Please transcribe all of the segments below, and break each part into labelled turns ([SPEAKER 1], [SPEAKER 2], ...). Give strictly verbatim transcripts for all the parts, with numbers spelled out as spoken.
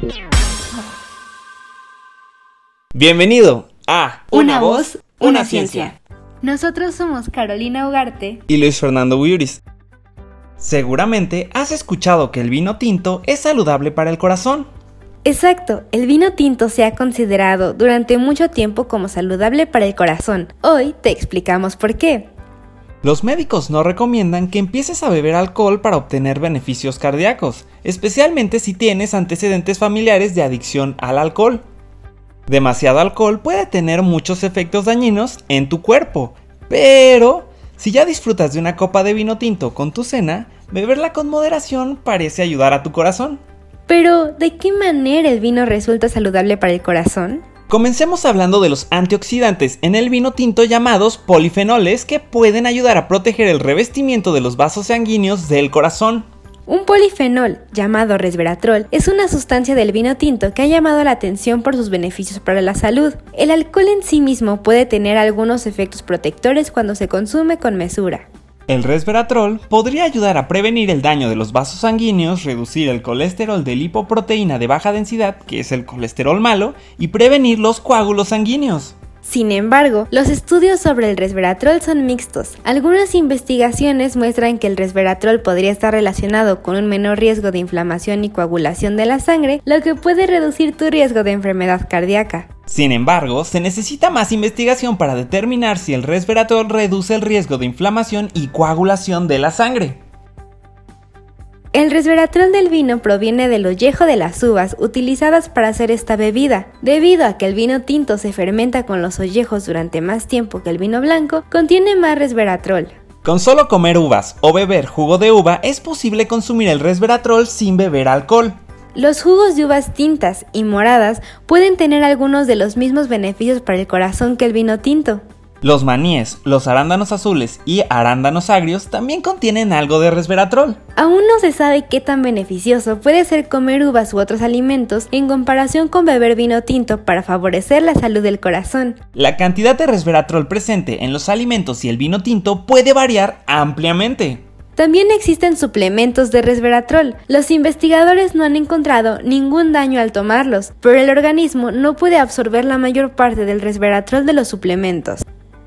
[SPEAKER 1] Bienvenido a
[SPEAKER 2] Una voz, una ciencia.
[SPEAKER 3] Nosotros somos Carolina Ugarte
[SPEAKER 1] y Luis Fernando Buyuris. Seguramente has escuchado que el vino tinto es saludable para el corazón.
[SPEAKER 3] Exacto, el vino tinto se ha considerado durante mucho tiempo como saludable para el corazón. Hoy te explicamos por qué.
[SPEAKER 1] Los médicos no recomiendan que empieces a beber alcohol para obtener beneficios cardíacos, especialmente si tienes antecedentes familiares de adicción al alcohol. Demasiado alcohol puede tener muchos efectos dañinos en tu cuerpo, pero si ya disfrutas de una copa de vino tinto con tu cena, beberla con moderación parece ayudar a tu corazón.
[SPEAKER 3] Pero, ¿de qué manera el vino resulta saludable para el corazón?
[SPEAKER 1] Comencemos hablando de los antioxidantes en el vino tinto llamados polifenoles que pueden ayudar a proteger el revestimiento de los vasos sanguíneos del corazón.
[SPEAKER 3] Un polifenol, llamado resveratrol, es una sustancia del vino tinto que ha llamado la atención por sus beneficios para la salud. El alcohol en sí mismo puede tener algunos efectos protectores cuando se consume con mesura.
[SPEAKER 1] El resveratrol podría ayudar a prevenir el daño de los vasos sanguíneos, reducir el colesterol de lipoproteína de baja densidad, que es el colesterol malo, y prevenir los coágulos sanguíneos.
[SPEAKER 3] Sin embargo, los estudios sobre el resveratrol son mixtos. Algunas investigaciones muestran que el resveratrol podría estar relacionado con un menor riesgo de inflamación y coagulación de la sangre, lo que puede reducir tu riesgo de enfermedad cardíaca.
[SPEAKER 1] Sin embargo, se necesita más investigación para determinar si el resveratrol reduce el riesgo de inflamación y coagulación de la sangre.
[SPEAKER 3] El resveratrol del vino proviene del ollejo de las uvas utilizadas para hacer esta bebida. Debido a que el vino tinto se fermenta con los ollejos durante más tiempo que el vino blanco, contiene más resveratrol.
[SPEAKER 1] Con solo comer uvas o beber jugo de uva es posible consumir el resveratrol sin beber alcohol.
[SPEAKER 3] Los jugos de uvas tintas y moradas pueden tener algunos de los mismos beneficios para el corazón que el vino tinto.
[SPEAKER 1] Los maníes, los arándanos azules y arándanos agrios también contienen algo de resveratrol.
[SPEAKER 3] Aún no se sabe qué tan beneficioso puede ser comer uvas u otros alimentos en comparación con beber vino tinto para favorecer la salud del corazón.
[SPEAKER 1] La cantidad de resveratrol presente en los alimentos y el vino tinto puede variar ampliamente.
[SPEAKER 3] También existen suplementos de resveratrol. Los investigadores no han encontrado ningún daño al tomarlos, pero el organismo no puede absorber la mayor parte del resveratrol de los suplementos.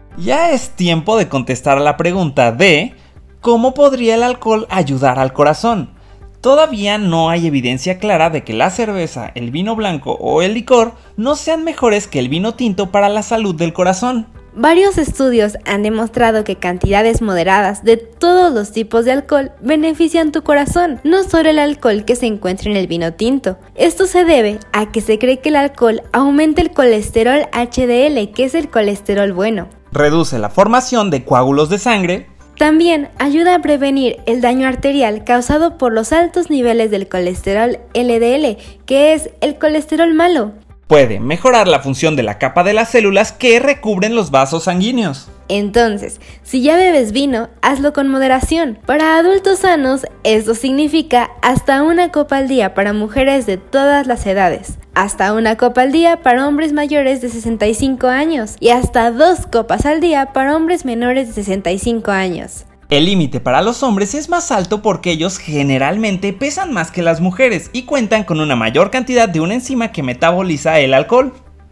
[SPEAKER 1] Ya es tiempo de contestar a la pregunta de ¿cómo podría el alcohol ayudar al corazón? Todavía no hay evidencia clara de que la cerveza, el vino blanco o el licor no sean mejores que el vino tinto para la salud del corazón.
[SPEAKER 3] Varios estudios han demostrado que cantidades moderadas de todos los tipos de alcohol benefician tu corazón, no solo el alcohol que se encuentra en el vino tinto. Esto se debe a que se cree que el alcohol aumenta el colesterol H D L, que es el colesterol bueno.
[SPEAKER 1] Reduce la formación de coágulos de sangre.
[SPEAKER 3] También ayuda a prevenir el daño arterial causado por los altos niveles del colesterol L D L, que es el colesterol malo.
[SPEAKER 1] Puede mejorar la función de la capa de las células que recubren los vasos sanguíneos.
[SPEAKER 3] Entonces, si ya bebes vino, hazlo con moderación. Para adultos sanos, esto significa hasta una copa al día para mujeres de todas las edades, hasta una copa al día para hombres mayores de sesenta y cinco años y hasta dos copas al día para hombres menores de sesenta y cinco años.
[SPEAKER 1] El límite para los hombres es más alto porque ellos generalmente pesan más que las mujeres y cuentan con una mayor cantidad de una enzima que metaboliza el alcohol.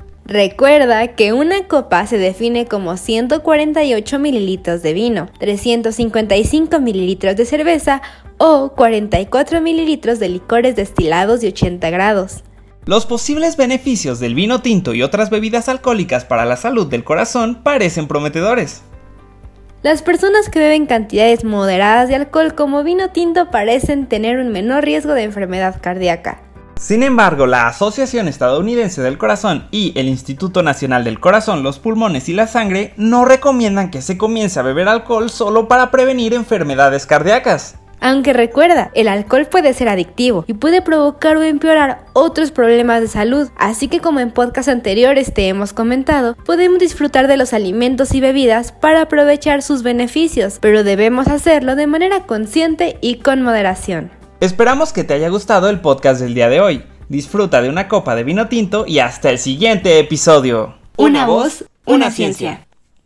[SPEAKER 3] Recuerda que una copa se define como ciento cuarenta y ocho mililitros de vino, trescientos cincuenta y cinco mililitros de cerveza o cuarenta y cuatro mililitros de licores destilados de ochenta grados.
[SPEAKER 1] Los posibles beneficios del vino tinto y otras bebidas alcohólicas para la salud del corazón parecen prometedores.
[SPEAKER 3] Las personas que beben cantidades moderadas de alcohol como vino tinto parecen tener un menor riesgo de enfermedad cardíaca.
[SPEAKER 1] Sin embargo, la Asociación Estadounidense del Corazón y el Instituto Nacional del Corazón, los Pulmones y la Sangre no recomiendan que se comience a beber alcohol solo para prevenir enfermedades cardíacas.
[SPEAKER 3] Aunque recuerda, el alcohol puede ser adictivo y puede provocar o empeorar otros problemas de salud, así que como en podcasts anteriores te hemos comentado, podemos disfrutar de los alimentos y bebidas para aprovechar sus beneficios, pero debemos hacerlo de manera consciente y con moderación.
[SPEAKER 1] Esperamos que te haya gustado el podcast del día de hoy. Disfruta de una copa de vino tinto y hasta el siguiente episodio.
[SPEAKER 2] Una voz, una ciencia.